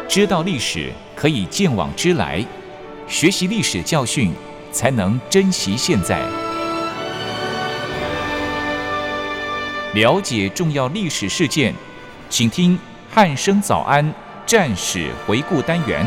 知道历史可以见往知来，学习历史教训，才能珍惜现在。了解重要历史事件，请听汉声早安战史回顾单元。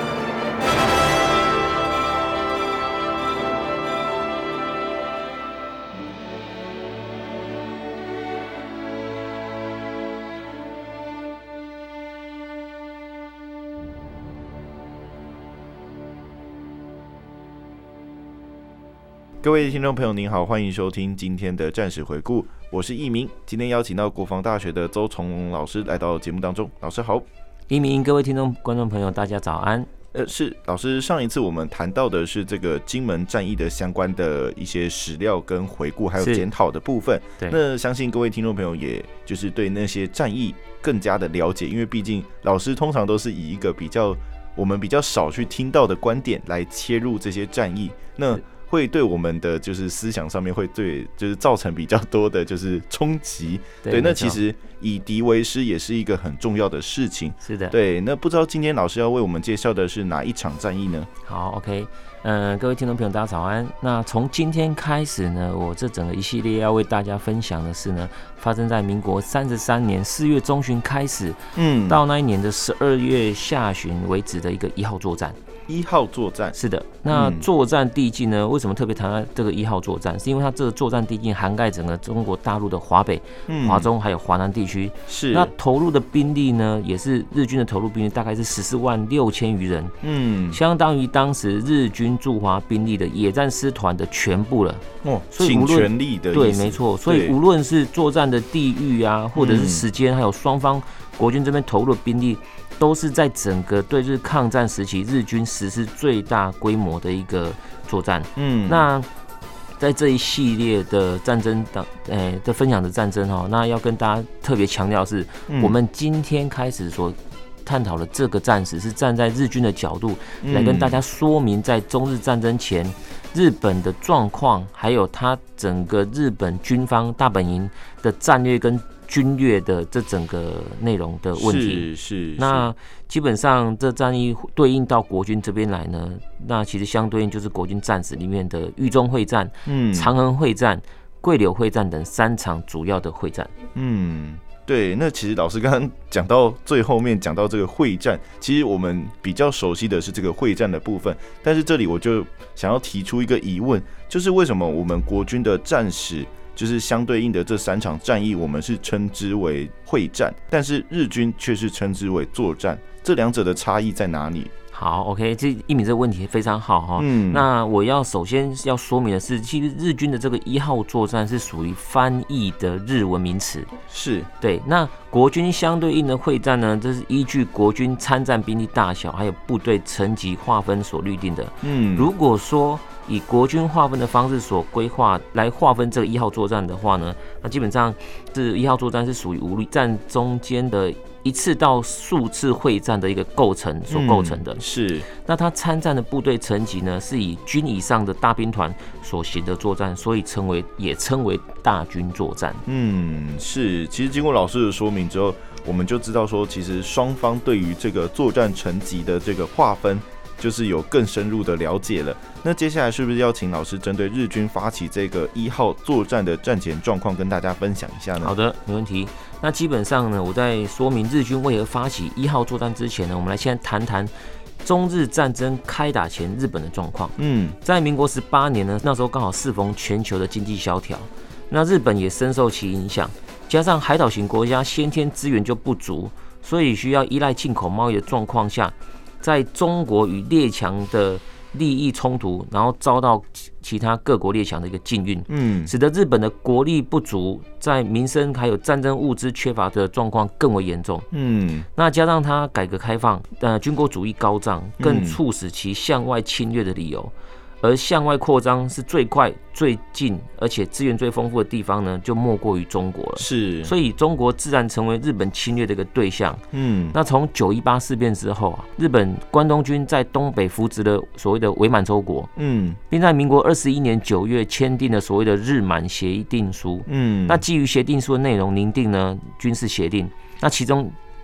各位听众朋友您好，欢迎收听今天的战史回顾，我是易明。今天邀请到国防大学的周崇龙老师来到节目当中，老师好。 易明，各位听众观众朋友大家早安。 是老师，上一次我们谈到的是这个金门战役的相关的一些史料跟回顾还有检讨的部分，那相信各位听众朋友也就是对那些战役更加的了解，因为毕竟老师通常都是以一个我们比较少去听到的观点来切入这些战役，那会对我们的就是思想上面会对就是造成比较多的就是冲击，对，那其实以敌为师也是一个很重要的事情， 是的， 对。那不知道今天老师要为我们介绍的是哪一场战役呢？ 好 ，OK， 各位听众朋友大家早安。那从今天开始呢，我这整个一系列要为大家分享的是呢，发生在民国33年4月中旬开始，到那一年的12月下旬为止的一个1号作战。 1号作战是的，那作战地境呢？为什么特别谈到这个1号作战？是因为它这个作战地境涵盖整个中国大陆的华北、华中还有华南地区。 是， 那投入的兵力呢，也是日军的投入兵力大概是14万6千余人，相当于当时日军驻华兵力的野战师团的全部了。 所以倾全力的意思。 对，没错。所以无论是作战的地域啊，或者是时间，还有双方国军这边投入的兵力，都是在整个对日抗战时期日军实施最大规模的一个作战。那在这一系列的战争的分享的战争那要跟大家特别强调的是，我们今天开始所探讨的这个战史是站在日军的角度来跟大家说明，在中日战争前日本的状况，还有它整个日本军方大本营的战略跟军略的这整个内容的问题。是。那基本上这战役对应到国军这边来呢，那其实相对应就是国军战史里面的豫中会战、长衡会战、桂柳会战等3场主要的会战。 对，那其实老师刚刚讲到最后面讲到这个会战，其实我们比较熟悉的是这个会战的部分，但是这里我就想要提出一个疑问，就是为什么我们国军的战史就是相对应的这3场战役，我们是称之为会战，但是日军却是称之为作战，这两者的差异在哪里？ 好 ，OK， 这一鸣这个问题非常好哈。那我要首先要说明的是，其实日军的这个1号作战是属于翻译的日文名词， 是对。那国军相对应的会战呢，这是依据国军参战兵力大小还有部队层级划分所律定的。如果说以国军划分的方式所规划来划分这个1号作战的话呢，那基本上是1号作战是属于武力战中间的1次到数次会战的一个构成所构成的。 是。 那他参战的部队层级呢，是以军以上的大兵团所行的作战，所以也称为大军作战。 是。其实经过老师的说明之后，我们就知道说，其实双方对于这个作战层级的这个划分，就是有更深入的了解了。那接下来是不是要请老师针对日军发起这个1号作战的战前状况跟大家分享一下呢？ 好的，没问题。那基本上呢，我在说明日军为何发起1号作战之前呢，我们来先谈谈中日战争开打前日本的状况。在民国18年呢，那时候刚好适逢全球的经济萧条，那日本也深受其影响，加上海岛型国家先天资源就不足，所以需要依赖进口贸易的状况下，在中国与列强的利益冲突，然后遭到其他各国列强的一个禁运，使得日本的国力不足，在民生还有战争物资缺乏的状况更为严重。那加上它改革开放，军国主义高涨，更促使其向外侵略的理由。而向外扩张是最快、最近，而且资源最丰富的地方呢，就莫过于中国了。 是， 所以中国自然成为日本侵略的一个对象。那从9·18事变之后日本关东军在东北扶植了所谓的伪满洲国，并在民国21年9月签订了所谓的日满协定书。那基于协定书的内容，拟定呢军事协定。那其中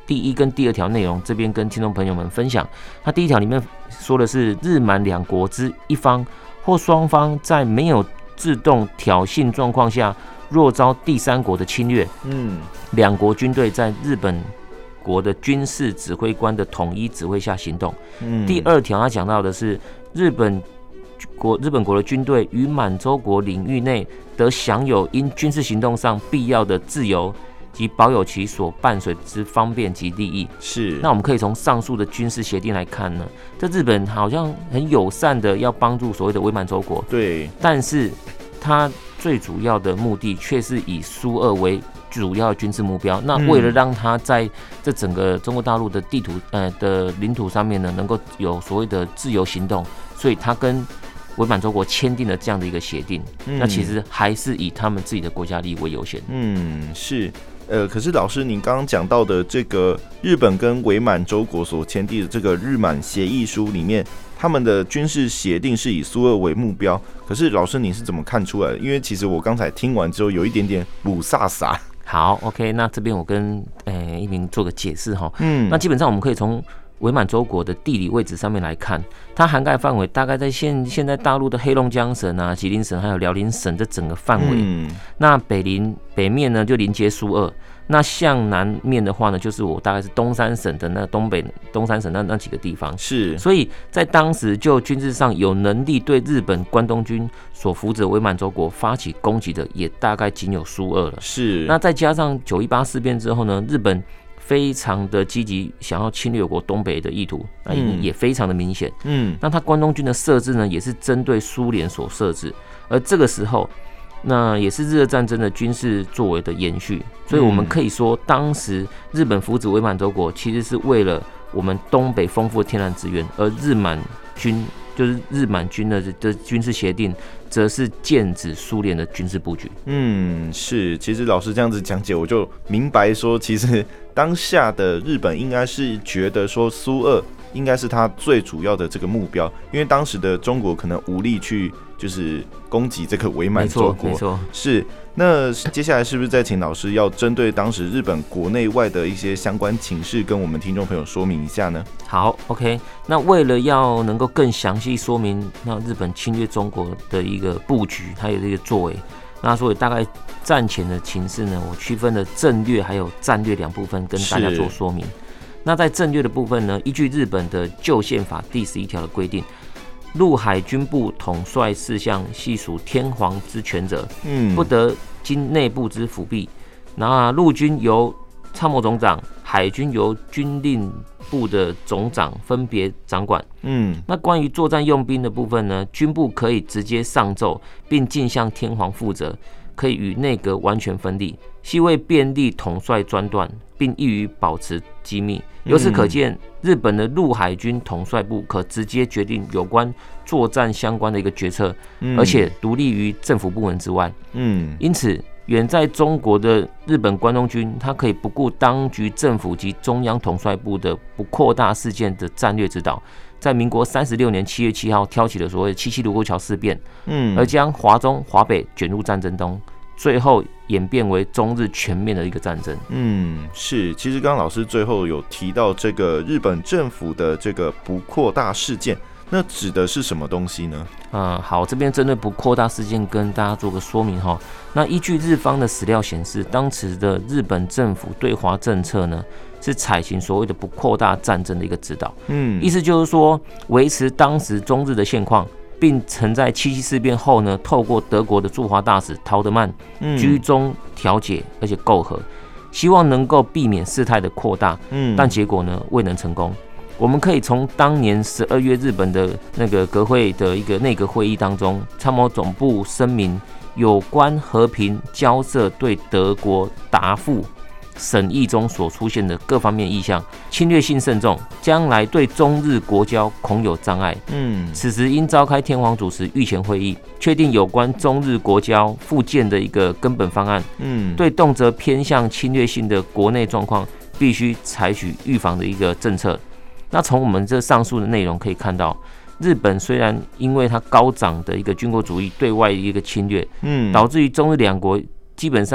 第一跟第二条内容，这边跟听众朋友们分享。它第一条里面说的是日满两国之一方或双方在没有自动挑衅状况下，若遭第三国的侵略，两国军队在日本国的军事指挥官的统一指挥下行动。第二条他讲到的是日本国的军队于满洲国领域内得享有因军事行动上必要的自由及保有其所伴随之方便及利益。 是。 那我们可以从上述的军事协定来看呢，这日本好像很友善的要帮助所谓的伪满洲国， 对，但是它最主要的目的却是以苏俄为主要的军事目标。那为了让它在这整个中国大陆的地图的领土上面呢，能够有所谓的自由行动，所以它跟伪满洲国签订了这样的一个协定。那其实还是以他们自己的国家利益为优先。 是。可是老师，您刚刚讲到的这个日本跟伪满洲国所签订的这个日满协议书里面，他们的军事协定是以苏俄为目标。可是老师，你是怎么看出来的？因为其实我刚才听完之后，有一点点鲁萨萨。 好 ，OK， 那这边我跟一鸣做个解释哈。那基本上我们可以从伪满洲国的地理位置上面来看，它涵盖范围大概在现在大陆的黑龙江省啊、吉林省还有辽宁省这整个范围。那北面呢就临接苏俄，那向南面的话呢，就是我大概是东三省的那东三省那几个地方。 是， 所以在当时就军事上有能力对日本关东军所扶植伪满洲国发起攻击的，也大概仅有苏俄了。 是， 那再加上9·18事变之后呢，日本非常的积极，想要侵略我国东北的意图，那也非常的明显。那他关东军的设置呢，也是针对苏联所设置，而这个时候，那也是日俄战争的军事作为的延续。所以我们可以说，当时日本扶植伪满洲国，其实是为了我们东北丰富的天然资源，而日满军的军事协定，则是剑指苏联的军事布局。 是，其实老师这样子讲解，我就明白说，其实当下的日本应该是觉得说苏俄应该是他最主要的这个目标，因为当时的中国可能无力去就是攻击这个伪满洲国。 没错。 是。那接下来是不是再请老师要针对当时日本国内外的一些相关情势，跟我们听众朋友说明一下呢？ 好 ，OK。那为了要能够更详细说明那日本侵略中国的一个布局，还有这个作为，那所以大概战前的情势呢，我区分了战略还有战略两部分跟大家做说明。那在战略的部分呢，依据日本的旧宪法第11条的规定，陆海军部统帅事项系属天皇之权责，不得经内部之辅弼。那陆军由参谋总长，海军由军令部的总长分别掌管。那关于作战用兵的部分呢，军部可以直接上奏，并径向天皇负责，可以与内阁完全分立，系为便利统帅专断，并易于保持机密。由此可见，日本的陆海军统帅部可直接决定有关作战相关的一个决策，而且独立于政府部门之外。因此，远在中国的日本关东军，它可以不顾当局政府及中央统帅部的不扩大事件的战略指导，在民国36年7月7号挑起了所谓的77卢沟桥事变，而将华中、华北卷入战争中，最后演变为中日全面的一个战争。 是。其实刚刚老师最后有提到这个日本政府的这个不扩大事件，那指的是什么东西呢？ 好，这边针对不扩大事件跟大家做个说明哈。那依据日方的史料显示，当时的日本政府对华政策呢，是采行所谓的不扩大战争的一个指导。意思就是说，维持当时中日的现况，并曾在77事变后呢，透过德国的驻华大使陶德曼居中调解，而且媾和，希望能够避免事态的扩大。但结果呢，未能成功。我们可以从当年12月日本的那个国会的一个内阁会议当中，参谋总部声明有关和平交涉对德国答复审议中所出现的各方面意向，侵略性甚重，将来对中日国交恐有障碍。此时应召开天皇主持御前会议，确定有关中日国交复建的一个根本方案。对动辄偏向侵略性的国内状况，必须采取预防的一个政策。那从我们这上述的内容可以看到，日本虽然因为它高涨的一个军国主义对外的一个侵略，导致于中日两国基本上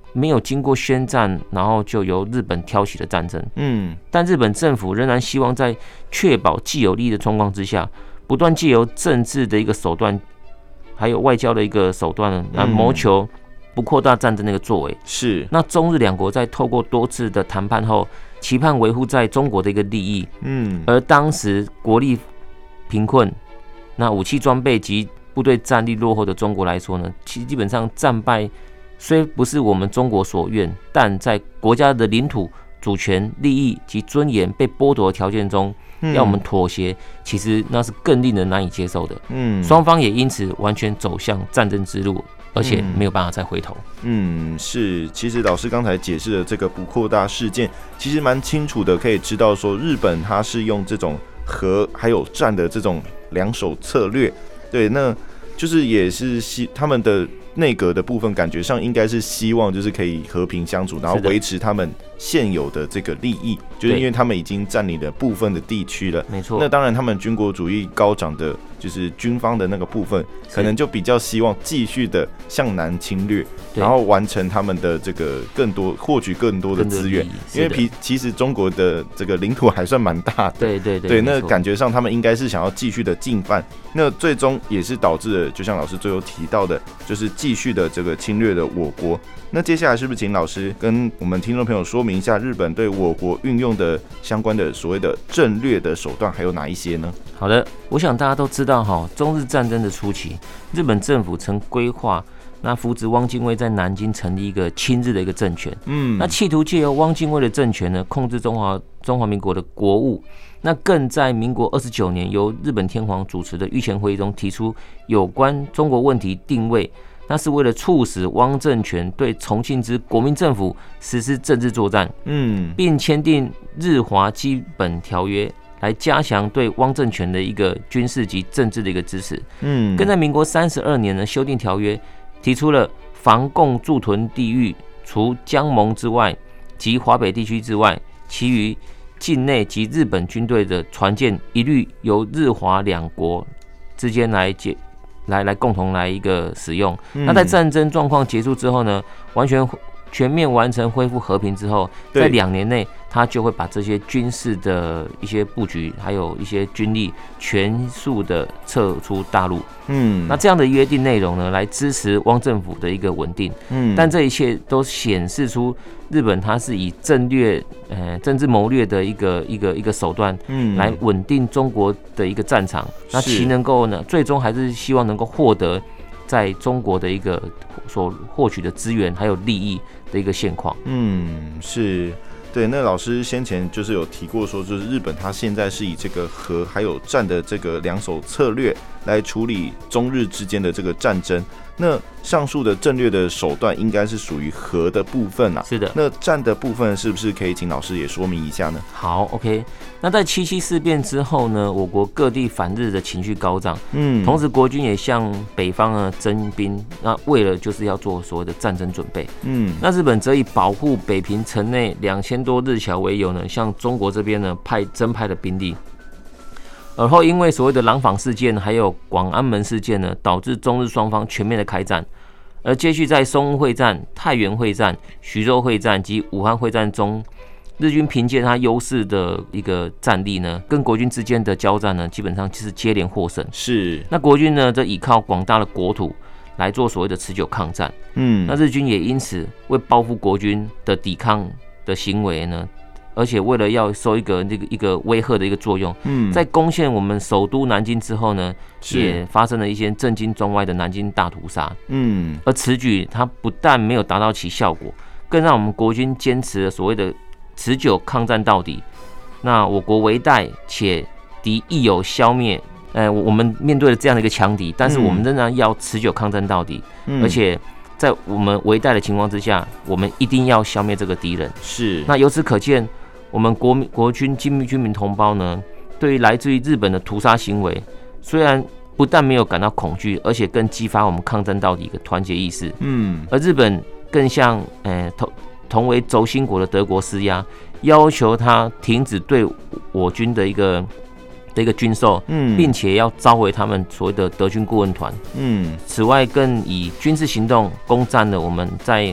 没有经过宣战，然后就由日本挑起的战争。但日本政府仍然希望在确保既有利益的状况之下，不断借由政治的一个手段，还有外交的一个手段呢，来谋求不扩大战争的一个作为。 是。 那中日两国在透过多次的谈判后，期盼维护在中国的一个利益。而当时国力贫困，那武器装备及部队战力落后的中国来说呢，其实基本上战败虽不是我们中国所愿，但在国家的领土主权、利益及尊严被剥夺的条件中，要我们妥协，其实那是更令人难以接受的。双方也因此完全走向战争之路，而且没有办法再回头。 是。其实老师刚才解释的这个不扩大事件，其实蛮清楚的，可以知道说日本它是用这种和还有战的这种两手策略。对，那就是也是他们的内阁的部分，感觉上应该是希望就是可以和平相处，然后维持他们现有的这个利益，就是因为他们已经占领了部分的地区了。 没错。 那当然，他们军国主义高涨的，就是军方的那个部分，可能就比较希望继续的向南侵略，然后完成他们的这个获取更多的资源。因为其实中国的这个领土还算蛮大的。对，那感觉上他们应该是想要继续的进犯，那最终也是导致了，就像老师最后提到的，就是继续的这个侵略了我国。那接下来是不是请老师跟我们听众朋友说明一下，日本对我国运用的相关的所谓的战略的手段还有哪一些呢？ 好的，我想大家都知道中日战争的初期，日本政府曾规划那扶植汪精卫在南京成立一个亲日的一个政权。那企图借由汪精卫的政权呢，控制中华民国的国务。那更在民国29年由日本天皇主持的御前会议中提出有关中国问题定位。那是为了促使汪政权对重庆之国民政府实施政治作战，并签订日华基本条约，来加强对汪政权的一个军事及政治的一个支持。更在民国32年呢修订条约，提出了防共驻屯地域除江盟之外及华北地区之外，其余境内及日本军队的船舰一律由日华两国之间来共同来一个使用。那在战争状况结束之后呢，全面完成恢复和平之后，在2年内，他就会把这些军事的一些布局，还有一些军力全数的撤出大陆。那这样的约定内容呢，来支持汪政府的一个稳定。但这一切都显示出日本它是以政治谋略的一个手段，来稳定中国的一个战场。那其能够呢，最终还是希望能够获得在中国的一个所获取的资源还有利益的一个现况。 是。对，那老师先前就是有提过说，就是日本它现在是以这个和还有战的这个两手策略来处理中日之间的这个战争。那上述的战略的手段应该是属于和的部分啊。 是的。 那战的部分是不是可以请老师也说明一下呢？ 好 ，OK。那在7·7事变之后呢，我国各地反日的情绪高涨，同时国军也向北方呢征兵，那为了就是要做所谓的战争准备。那日本则以保护北平城内2000多日侨为由呢，向中国这边呢增派了兵力。而后因为所谓的廊坊事件还有广安门事件呢，导致中日双方全面的开战。而接续在淞沪会战、太原会战、徐州会战及武汉会战中，日军凭借他优势的一个战力呢，跟国军之间的交战呢，基本上就是接连获胜。 是。 那国军呢，则依靠广大的国土来做所谓的持久抗战。那日军也因此为报复国军的抵抗的行为呢，而且为了要收一个威吓的一个作用，在攻陷我们首都南京之后呢，也发生了一些震惊中外的南京大屠杀。而此举它不但没有达到其效果，更让我们国军坚持了所谓的持久抗战到底。那我国为代，且敌亦有消灭。我们面对了这样的一个强敌，但是我们仍然要持久抗战到底，而且在我们为代的情况之下，我们一定要消灭这个敌人。 是。 那由此可见，我们国军军民同胞呢，对于来自于日本的屠杀行为，虽然不但没有感到恐惧，而且更激发我们抗战到底一个团结意识。而日本更向同为轴心国的德国施压，要求他停止对我军的一个军售，并且要召回他们所谓的德军顾问团。此外，更以军事行动攻占了我们在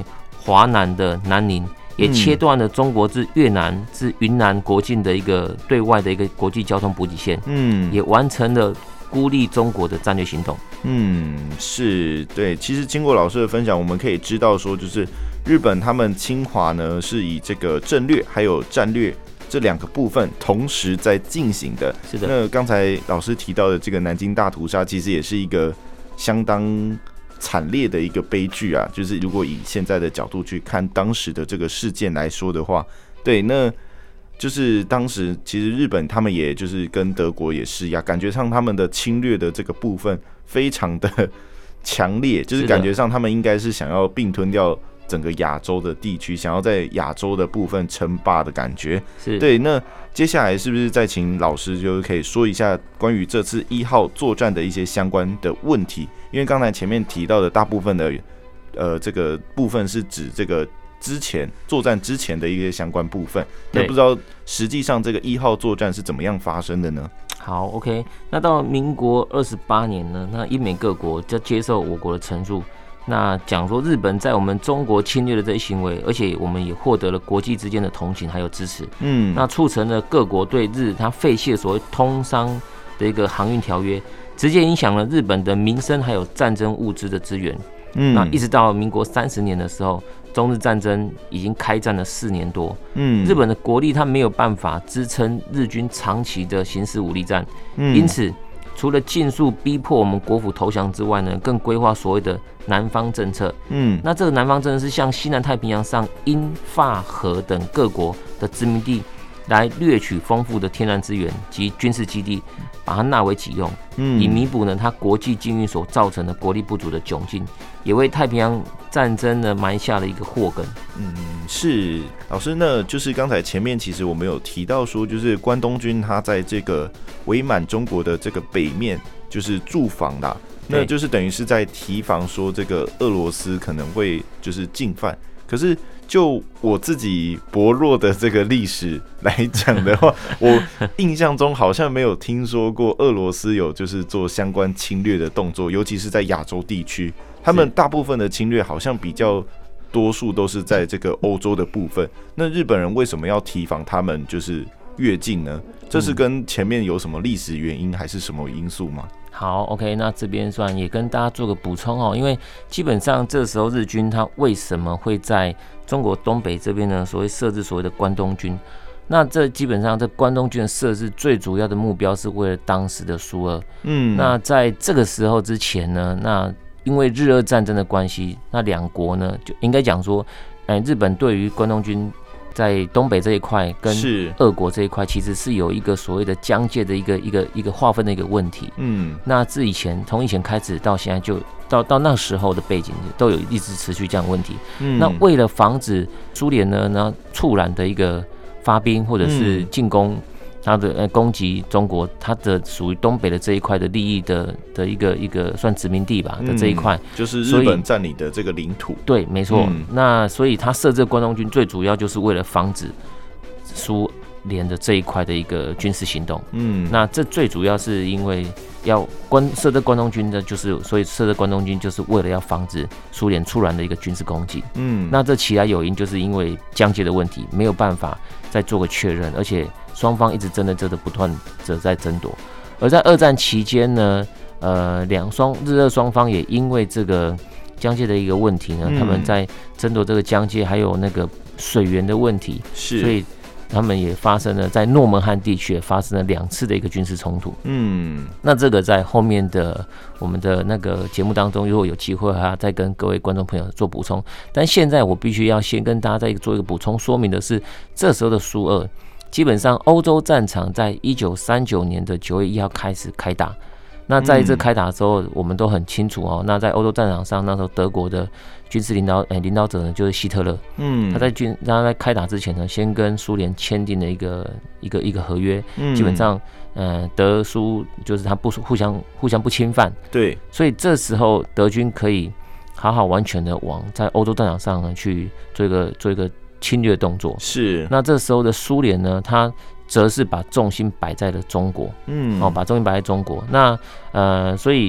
华南的南宁，也切断了中国至越南至云南国境的一个对外的一个国际交通补给线，也完成了孤立中国的战略行动。 是对。其实经过老师的分享，我们可以知道说，就是日本他们侵华呢是以这个战略还有战略这两个部分同时在进行的。 是的。 那刚才老师提到的这个南京大屠杀，其实也是一个相当惨烈的一个悲剧啊。就是如果以现在的角度去看当时的这个事件来说的话，对，那就是当时其实日本他们也就是跟德国也施压，感觉上他们的侵略的这个部分非常的强烈，就是感觉上他们应该是想要并吞掉整个亚洲的地区，想要在亚洲的部分称霸的感觉。 是对。 那接下来是不是再请老师就是可以说一下关于这次1号作战的一些相关的问题？因为刚才前面提到的大部分的这个部分是指这个之前作战之前的一些相关部分，那不知道实际上这个1号作战是怎么样发生的呢？ 好 ，OK， 那到民国28年呢，那英美各国就接受我国的陈述，那讲说日本在我们中国侵略的这些行为，而且我们也获得了国际之间的同情还有支持，那促成了各国对日它废弃所谓通商的一个航运条约，直接影响了日本的民生还有战争物资的资源。那一直到民国30年的时候，中日战争已经开战了4年多，日本的国力它没有办法支撑日军长期的行使武力战，因此除了尽速逼迫我们国府投降之外呢，更规划所谓的南方政策。那这个南方政策是向西南太平洋上英法荷等各国的殖民地来掠取丰富的天然资源及军事基地，把它纳为己用，以弥补呢它国际境遇所造成的国力不足的窘境，也为太平洋战争呢埋下了一个祸根。 是老师呢，就是刚才前面其实我们有提到说，就是关东军他在这个伪满中国的这个北面就是驻防啦，那就是等于是在提防说这个俄罗斯可能会就是进犯。可是就我自己薄弱的这个历史来讲的话，我印象中好像没有听说过俄罗斯有就是做相关侵略的动作，尤其是在亚洲地区，他们大部分的侵略好像比较多数都是在这个欧洲的部分。那日本人为什么要提防他们就是越境呢？这是跟前面有什么历史原因还是什么因素吗？ 好 ，OK， 那这边算也跟大家做个补充哦，因为基本上这时候日军他为什么会在中国东北这边呢？所谓设置所谓的关东军，那这基本上这关东军的设置最主要的目标是为了当时的苏俄。那在这个时候之前呢，那因为日俄战争的关系，那两国呢就应该讲说，日本对于关东军在东北这一块跟俄国这一块，其实是有一个所谓的疆界的一个划分的一个问题。那自从以前开始到现在，就到那时候的背景都有一直持续这样的问题。那为了防止苏联呢猝然的一个发兵或者是进攻它的攻击中国，它的属于东北的这一块的利益的一个算殖民地吧的这一块， 就是日本占领的这个领土。 对，没错。那所以它设置关东军最主要就是为了防止苏联的这一块的一个军事行动。那这最主要是因为要设置关东军的，所以设置关东军就是为了要防止苏联突然的一个军事攻击。那这其来有因，就是因为疆界的问题，没有办法再做个确认，而且双方一直真的不断的在争夺。而在二战期间呢，日俄双方也因为这个疆界的一个问题呢，他们在争夺这个疆界，还有那个水源的问题，所以他们也发生了在诺门汉地区也发生了2次的一个军事冲突。那这个在后面的我们的那个节目当中，如果有机会再跟各位观众朋友做补充。但现在我必须要先跟大家再做一个补充说明的是，这时候的苏俄基本上欧洲战场在1939年的9月1号开始开打。那在这开打的时候，我们都很清楚哦。那在欧洲战场上，那时候德国的军事领导者呢，就是希特勒。他在开打之前呢，先跟苏联签订了一个合约，基本上德苏就是他互相不侵犯。对，所以这时候德军可以好好完全的往在欧洲战场上呢去做一个侵略动作。是，那这时候的苏联呢，他则是把重心摆在了中国，把重心摆在中国。那所以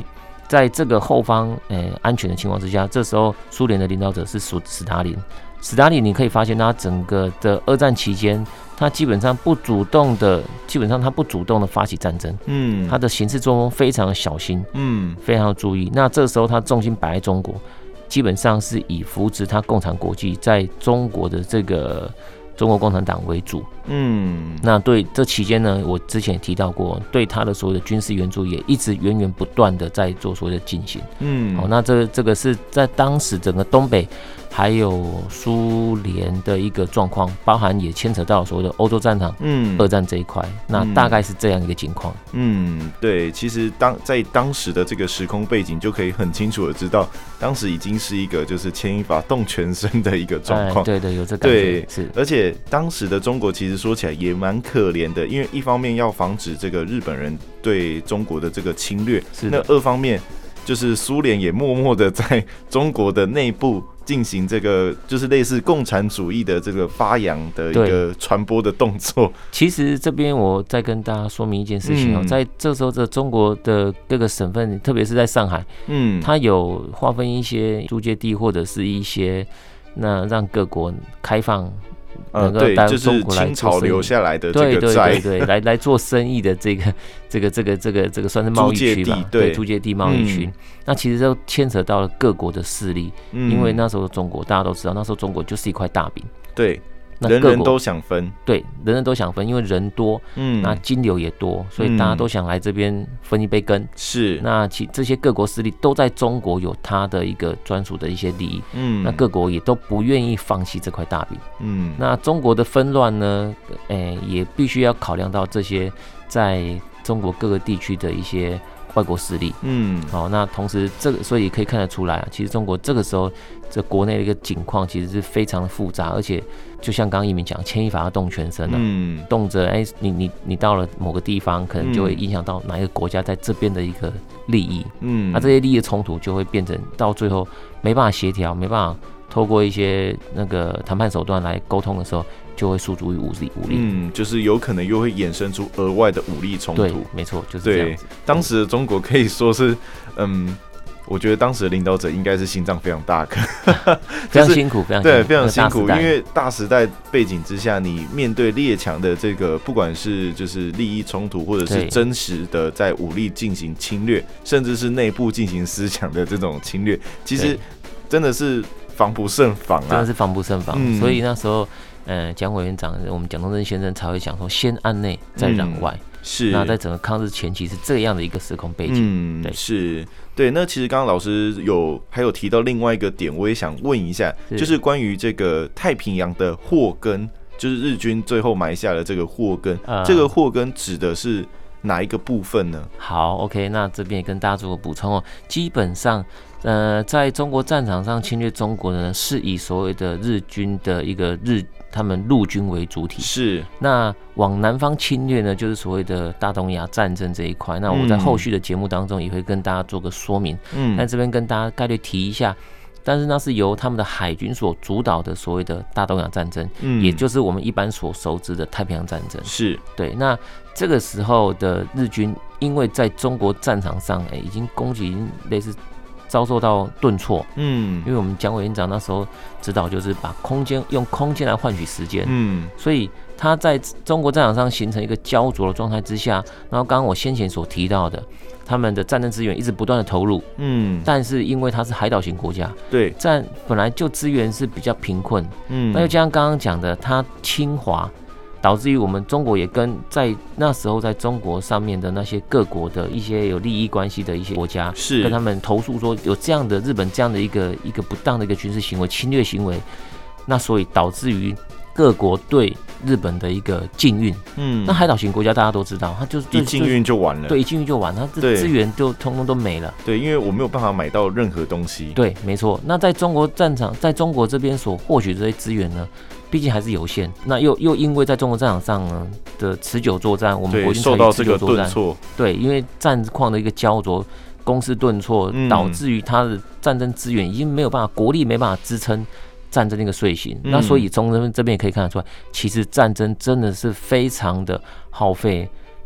在这个后方安全的情况之下，这时候苏联的领导者是斯大林。斯大林你可以发现他整个的二战期间，他基本上他不主动的发起战争，他的行事作风非常小心，非常注意。那这时候他重心摆在中国，基本上是以扶植他共产国际在中国的这个中国共产党为主。那对这期间呢，我之前也提到过，对他的所谓的军事援助也一直源源不断的在做所谓的进行。那这个是在当时整个东北还有苏联的一个状况，包含也牵扯到所谓的欧洲战场，二战这一块，那大概是这样一个情况。 对，其实在当时的这个时空背景，就可以很清楚的知道，当时已经是一个就是牵一发动全身的一个状况。 对，有这感觉。 对，是。而且当时的中国其实说起来也蛮可怜的，因为一方面要防止这个日本人对中国的这个侵略，那二方面就是苏联也默默的在中国的内部进行这个就是类似共产主义的这个发扬的一个传播的动作。 其实这边我再跟大家说明一件事情在这时候的中国的各个省份，特别是在上海，它有划分一些租界地或者是一些那让各国开放。 对，就是清朝留下来的这个债， 对，来做生意的这个算是贸易区吧，对，租界地贸易区。那其实都牵扯到了各国的势力，因为那时候中国大家都知道，那时候中国就是一块大饼， 对。人人都想分， 对，人人都想分，因为人多，那金流也多，所以大家都想来这边分一杯羹。 是， 那这些各国势力都在中国有他的一个专属的一些利益，那各国也都不愿意放弃这块大饼。那中国的纷乱呢，也必须要考量到这些在中国各个地区的一些外国势力。那同时所以可以看得出来其实中国这个时候这国内的一个景况其实是非常的复杂，而且就像刚刚一鸣讲，牵一发要动全身动辄你到了某个地方，可能就会影响到哪一个国家在这边的一个利益。那这些利益的冲突就会变成到最后没办法协调，没办法透过一些那个谈判手段来沟通的时候，就会诉诸于武力。 就是有可能又会衍生出额外的武力冲突。 对，没错，就是这样子。 当时的中国可以说是，我觉得当时的领导者应该是心脏非常大颗， 非常辛苦，非常辛苦，因为大时代背景之下，你面对列强的这个，不管是就是利益冲突，或者是真实的在武力进行侵略，甚至是内部进行思想的这种侵略，其实真的是防不胜防啊， 真的是防不胜防。所以那时候，蒋委员长，我们蒋中正先生才会讲说，先安内，再攘外。 是， 那在整个抗日前期是这样的一个时空背景。 对，是，对。那其实刚刚老师还有提到另外一个点，我也想问一下，就是关于这个太平洋的祸根，就是日军最后埋下了这个祸根，这个祸根指的是哪一个部分呢？ 好 ，OK， 那这边也跟大家做个补充基本上，在中国战场上侵略中国的呢，是以所谓的日军的一个他们陆军为主体， 是。 那往南方侵略呢，就是所谓的大东亚战争这一块。那我在后续的节目当中也会跟大家做个说明。但这边跟大家概略提一下，但是那是由他们的海军所主导的所谓的大东亚战争，也就是我们一般所熟知的太平洋战争。 是， 对。那这个时候的日军，因为在中国战场上，已经攻击，已经类似遭受到顿挫，因为我们蒋委员长那时候指导就是把用空间来换取时间，所以他在中国战场上形成一个焦灼的状态之下，然后刚刚我先前所提到的，他们的战争资源一直不断的投入，但是因为它是海岛型国家， 对， 本来就资源是比较贫困，那又加上刚刚讲的，它侵华。导致于我们中国也跟在那时候在中国上面的那些各国的一些有利益关系的一些国家， 是跟他们投诉说有这样的日本这样的一个不当的一个军事行为、侵略行为，那所以导致于各国对日本的一个禁运。那海岛型国家大家都知道，它就是一禁运就完了， 对，一禁运就完，它的资源就通通都没了。 对，因为我没有办法买到任何东西。 对，没错。那在中国战场，在中国这边所获取这些资源呢？毕竟还是有限，那又因为在中国战场上呢的持久作战，我们国军受到这个顿挫， 对，因为战况的一个焦灼，攻势顿挫，导致于他的战争资源已经没有办法，国力没办法支撑战争的一个遂行。那所以从这边也可以看得出来，其实战争真的是非常的耗费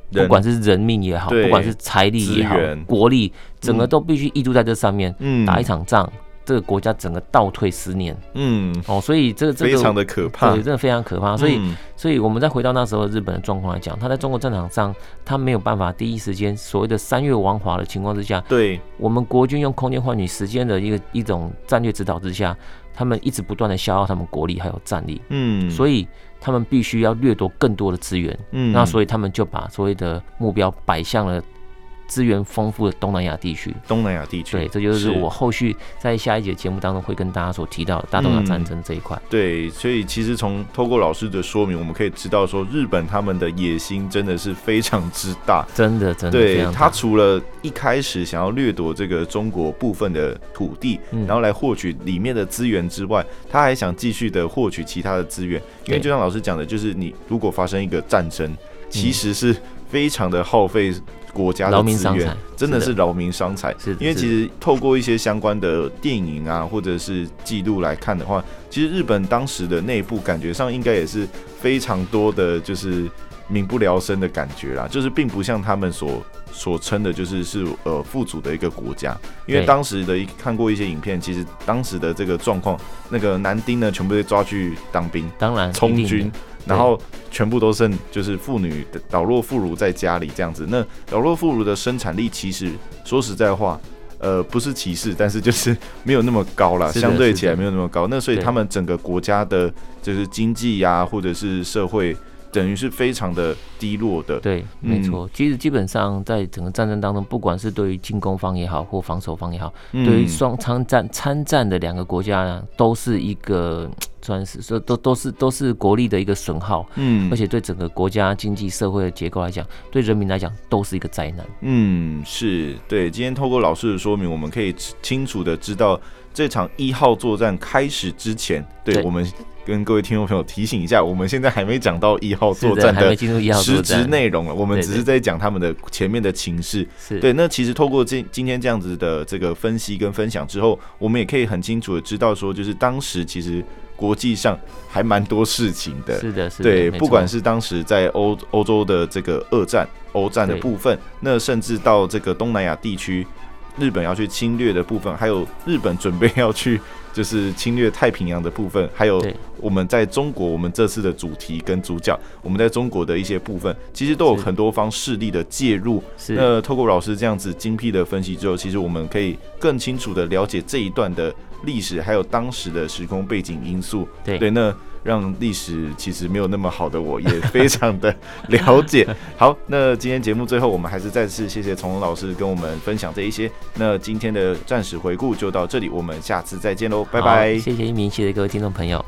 不管是人命也好，不管是财力也好，国力，整个都必须挹注在这上面，打一场仗。这个国家整个倒退10年，所以这个非常的可怕， 对，真的非常可怕。所以我们再回到那时候日本的状况来讲，他在中国战场上，他没有办法第一时间所谓的3月亡华的情况之下， 对， 我们国军用空间换取时间的一种战略指导之下，他们一直不断的消耗他们国力还有战力，所以他们必须要掠夺更多的资源，那所以他们就把所谓的目标摆向了资源丰富的东南亚地区，对，这就是我后续在下一节节目当中会跟大家所提到的大东亚战争这一块。 对，所以其实透过老师的说明，我们可以知道说，日本他们的野心真的是非常之大， 真的对，他除了一开始想要掠夺这个中国部分的土地，然后来获取里面的资源之外，他还想继续的获取其他的资源，因为就像老师讲的，就是你如果发生一个战争，其实是非常的耗费国家的资源，真的是劳民伤财。因为其实透过一些相关的电影啊，或者是记录来看的话，其实日本当时的内部感觉上应该也是非常多的，就是民不聊生的感觉啦，就是并不像他们所称的就是富足的一个国家。因为当时的看过一些影片，其实当时的这个状况，那个男丁呢全部被抓去当兵， 当然充军。然后全部都剩就是妇女老弱妇孺在家里这样子。那老弱妇孺的生产力其实说实在话，不是歧视，但是就是没有那么高啦，相对起来没有那么高。那所以他们整个国家的就是经济啊，或者是社会，等于是非常的低落的。 对，没错。其实基本上在整个战争当中，不管是对于进攻方也好，或防守方也好，对于参战的两个国家呢，都是一个。算是说都是国力的一个损耗，而且对整个国家经济社会的结构来讲，对人民来讲都是一个灾难。 是对。今天透过老师的说明，我们可以清楚的知道这场1号作战开始之前，对我们跟各位听众朋友提醒一下，我们现在还没讲到1号作战的实质内容了，我们只是在讲他们的前面的情势。对，那其实透过今天这样子的这个分析跟分享之后，我们也可以很清楚的知道说，就是当时其实国际上还蛮多事情的。 是的， 对，不管是当时在欧洲的这个欧战的部分，那甚至到这个东南亚地区，日本要去侵略的部分，还有日本准备要去就是侵略太平洋的部分，还有我们在中国，我们这次的主题跟主角，我们在中国的一些部分，其实都有很多方势力的介入。那透过老师这样子精辟的分析之后，其实我们可以更清楚的了解这一段的历史，还有当时的时空背景因素。对，那让历史其实没有那么好的我也非常的了解。好，那今天节目最后我们还是再次谢谢从容老师跟我们分享这一些。那今天的战史回顾就到这里，我们下次再见喽，拜拜。 谢谢一鸣，谢谢各位听众朋友。